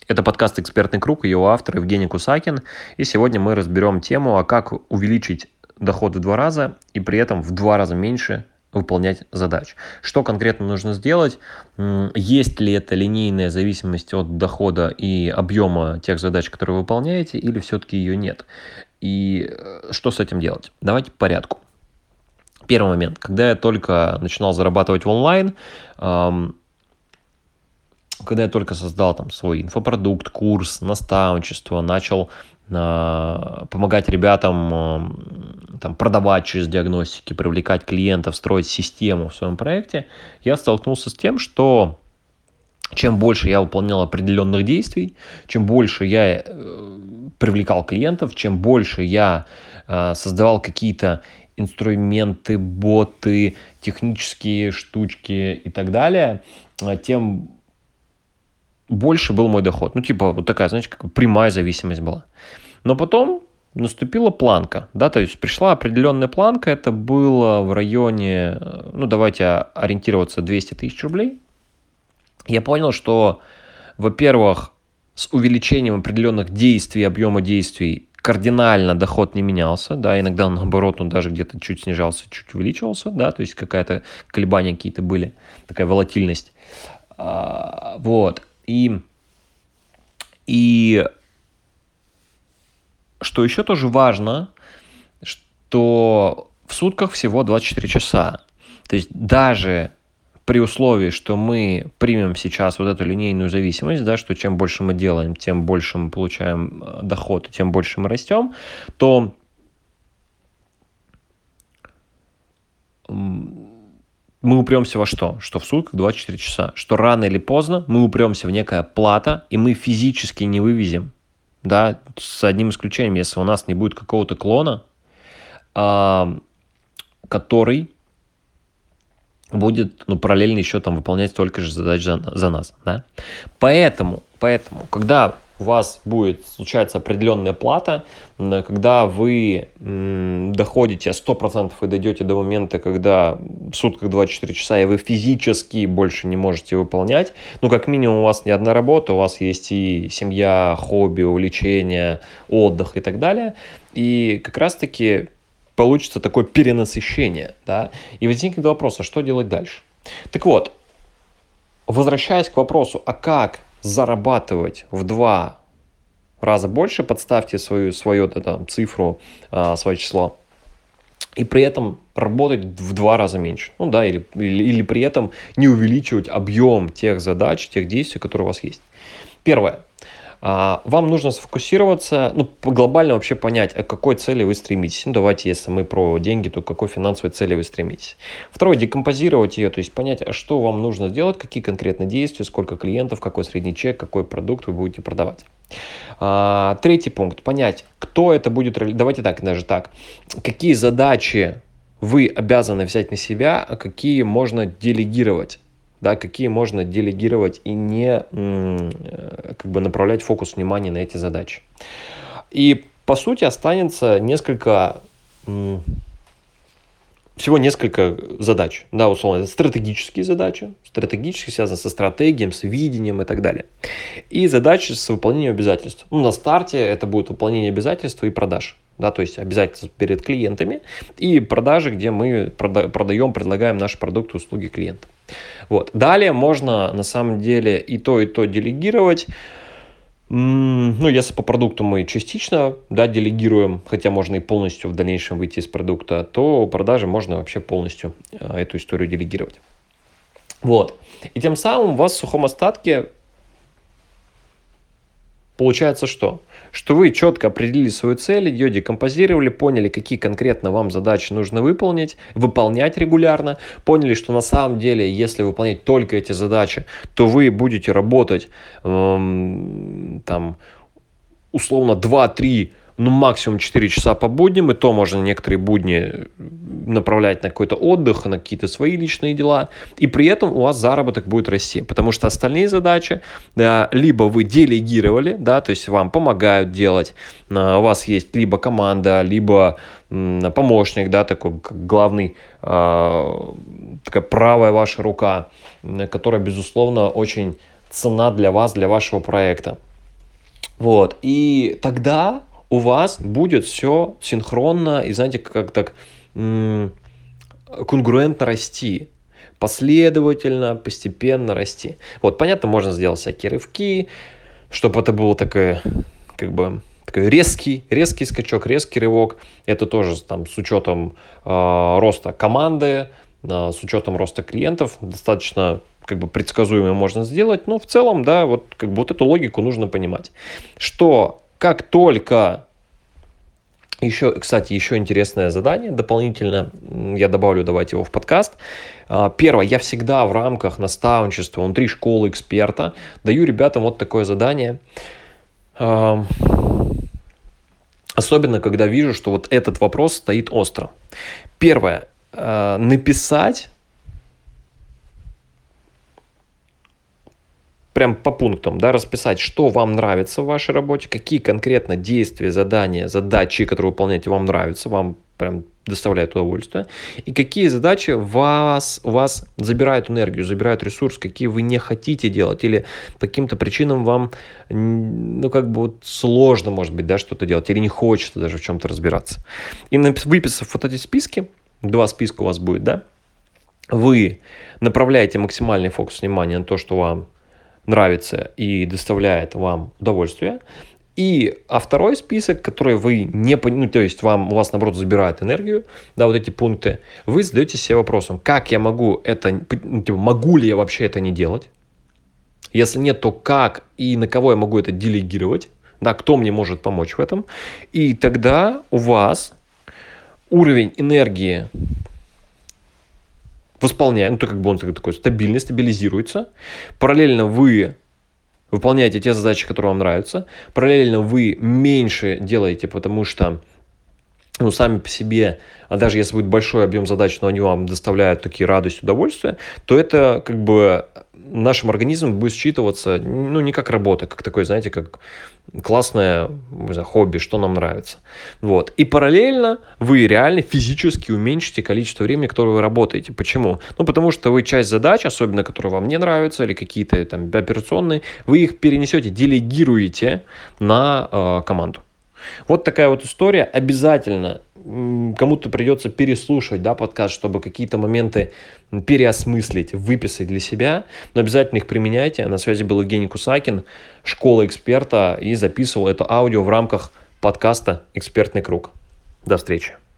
Это подкаст «Экспертный круг» и его автор Евгений Кусакин. И сегодня мы разберем тему, как увеличить доход в 2 раза и при этом в 2 раза меньше выполнять задач. Что конкретно нужно сделать? Есть ли это линейная зависимость от дохода и объема тех задач, которые вы выполняете, или все-таки ее нет? И что с этим делать? Давайте по порядку. Первый момент. Когда я только начинал зарабатывать в онлайн, когда я только создал там свой инфопродукт, курс, наставничество, начал помогать ребятам там, продавать через диагностики, привлекать клиентов, строить систему в своем проекте, я столкнулся с тем, что чем больше я выполнял определенных действий, чем больше я привлекал клиентов, чем больше я создавал какие-то инструменты, боты, технические штучки и так далее, тем больше был мой доход. Вот такая, знаете, как прямая зависимость была. Но потом наступила планка, да, то есть пришла определенная планка, это было в районе, давайте ориентироваться, 200 тысяч рублей. Я понял, что, во-первых, с увеличением определенных действий, объема действий кардинально доход не менялся, да, иногда наоборот он даже где-то чуть снижался, чуть увеличивался, да, то есть какая-то колебания какие-то были, такая волатильность. Вот. И что еще тоже важно, что в сутках всего 24 часа. То есть даже при условии, что мы примем сейчас вот эту линейную зависимость, да, что чем больше мы делаем, тем больше мы получаем доход, и тем больше мы растем, то мы упремся во что? Что в сутках 24 часа. Что рано или поздно мы упремся в некое плато, и мы физически не вывезем. Да, с одним исключением, если у нас не будет какого-то клона, который будет параллельно еще там выполнять столько же задач за нас. Да? Поэтому, когда у вас будет случаться определенная плата, когда вы доходите 100% и дойдете до момента, когда в сутках 24 часа, и вы физически больше не можете выполнять, как минимум у вас не одна работа, у вас есть и семья, хобби, увлечения, отдых и так далее, и как раз-таки получится такое перенасыщение, да, и возникнет вопрос, а что делать дальше? Так вот, возвращаясь к вопросу, а как зарабатывать в 2 раза больше, подставьте свою цифру, свое число, и при этом работать в 2 раза меньше. Или при этом не увеличивать объем тех задач, тех действий, которые у вас есть. Первое. Вам нужно сфокусироваться, глобально вообще понять, к какой цели вы стремитесь. Давайте, если мы про деньги, то к какой финансовой цели вы стремитесь. Второе, декомпозировать ее, то есть понять, что вам нужно сделать, какие конкретно действия, сколько клиентов, какой средний чек, какой продукт вы будете продавать. Третий пункт, понять, кто это будет, давайте даже так, какие задачи вы обязаны взять на себя, а какие можно делегировать. Да, какие можно делегировать и не направлять фокус внимания на эти задачи. И по сути останется всего несколько задач, да, условно, это стратегические задачи, связаны со стратегией, с видением и так далее. И задачи с выполнением обязательств. На старте это будет выполнение обязательств и продаж. Да, то есть обязательства перед клиентами и продажи, где мы предлагаем наши продукты, услуги клиентам. Вот. Далее можно на самом деле и то делегировать. Если по продукту мы частично, да, делегируем, хотя можно и полностью в дальнейшем выйти из продукта, то продажи можно вообще полностью эту историю делегировать. Вот. И тем самым у вас в сухом остатке получается что? Что вы четко определили свою цель, ее декомпозировали, поняли, какие конкретно вам задачи нужно выполнять регулярно, поняли, что на самом деле, если выполнять только эти задачи, то вы будете работать условно 2-3, максимум 4 часа по будням, и то можно некоторые будни направлять на какой-то отдых, на какие-то свои личные дела, и при этом у вас заработок будет расти, потому что остальные задачи, либо вы делегировали, да, то есть вам помогают делать, у вас есть либо команда, либо помощник, да, такой как главный, такая правая ваша рука, которая, безусловно, очень ценна для вас, для вашего проекта. Вот. И тогда у вас будет все синхронно и, знаете, как так конгруентно расти. Последовательно, постепенно расти. Вот, понятно, можно сделать всякие рывки, чтобы это было такое, как бы, такой резкий скачок, резкий рывок. Это тоже там с учетом роста команды, с учетом роста клиентов. Достаточно как бы предсказуемо можно сделать. Но в целом, да, вот как бы вот эту логику нужно понимать. Что как только еще, кстати, еще интересное задание дополнительно, я добавлю, давайте его в подкаст. Первое, я всегда в рамках наставничества внутри школы эксперта даю ребятам вот такое задание. Особенно, когда вижу, что вот этот вопрос стоит остро. Первое, написать прям по пунктам, да, расписать, что вам нравится в вашей работе, какие конкретно действия, задания, задачи, которые выполняете, вам нравятся, вам прям доставляют удовольствие, и какие задачи у вас забирают энергию, забирают ресурс, какие вы не хотите делать, или по каким-то причинам вам, ну, как бы вот сложно, может быть, да, что-то делать, или не хочется даже в чем-то разбираться. И выписав вот эти списки, 2 списка у вас будет, да, вы направляете максимальный фокус внимания на то, что вам нравится и доставляет вам удовольствие. А второй список, который вы не, ну, то есть у вас, наоборот, забирает энергию, да, вот эти пункты, вы задаете себе вопросом, как я могу это, ну, типа, могу ли я вообще это не делать? Если нет, то как и на кого я могу это делегировать? Да, кто мне может помочь в этом? И тогда у вас уровень энергии восполняет, ну, то как бы он такой стабильный, стабилизируется. Параллельно вы выполняете те задачи, которые вам нравятся. Параллельно вы меньше делаете, потому что, ну, сами по себе, а даже если будет большой объем задач, но они вам доставляют такие радость, удовольствие, то это как бы нашим организмом будет считываться, ну, не как работа, как такой, знаете, как классное, не знаю, хобби, что нам нравится. Вот. И параллельно вы реально физически уменьшите количество времени, которое вы работаете. Почему? Ну, потому что вы часть задач, особенно которые вам не нравятся, или какие-то там операционные, вы их перенесете, делегируете на команду. Вот такая вот история. Обязательно кому-то придется переслушать, да, подкаст, чтобы какие-то моменты переосмыслить, выписать для себя. Но обязательно их применяйте. На связи был Евгений Кусакин, школа эксперта, и записывал это аудио в рамках подкаста «Экспертный круг». До встречи.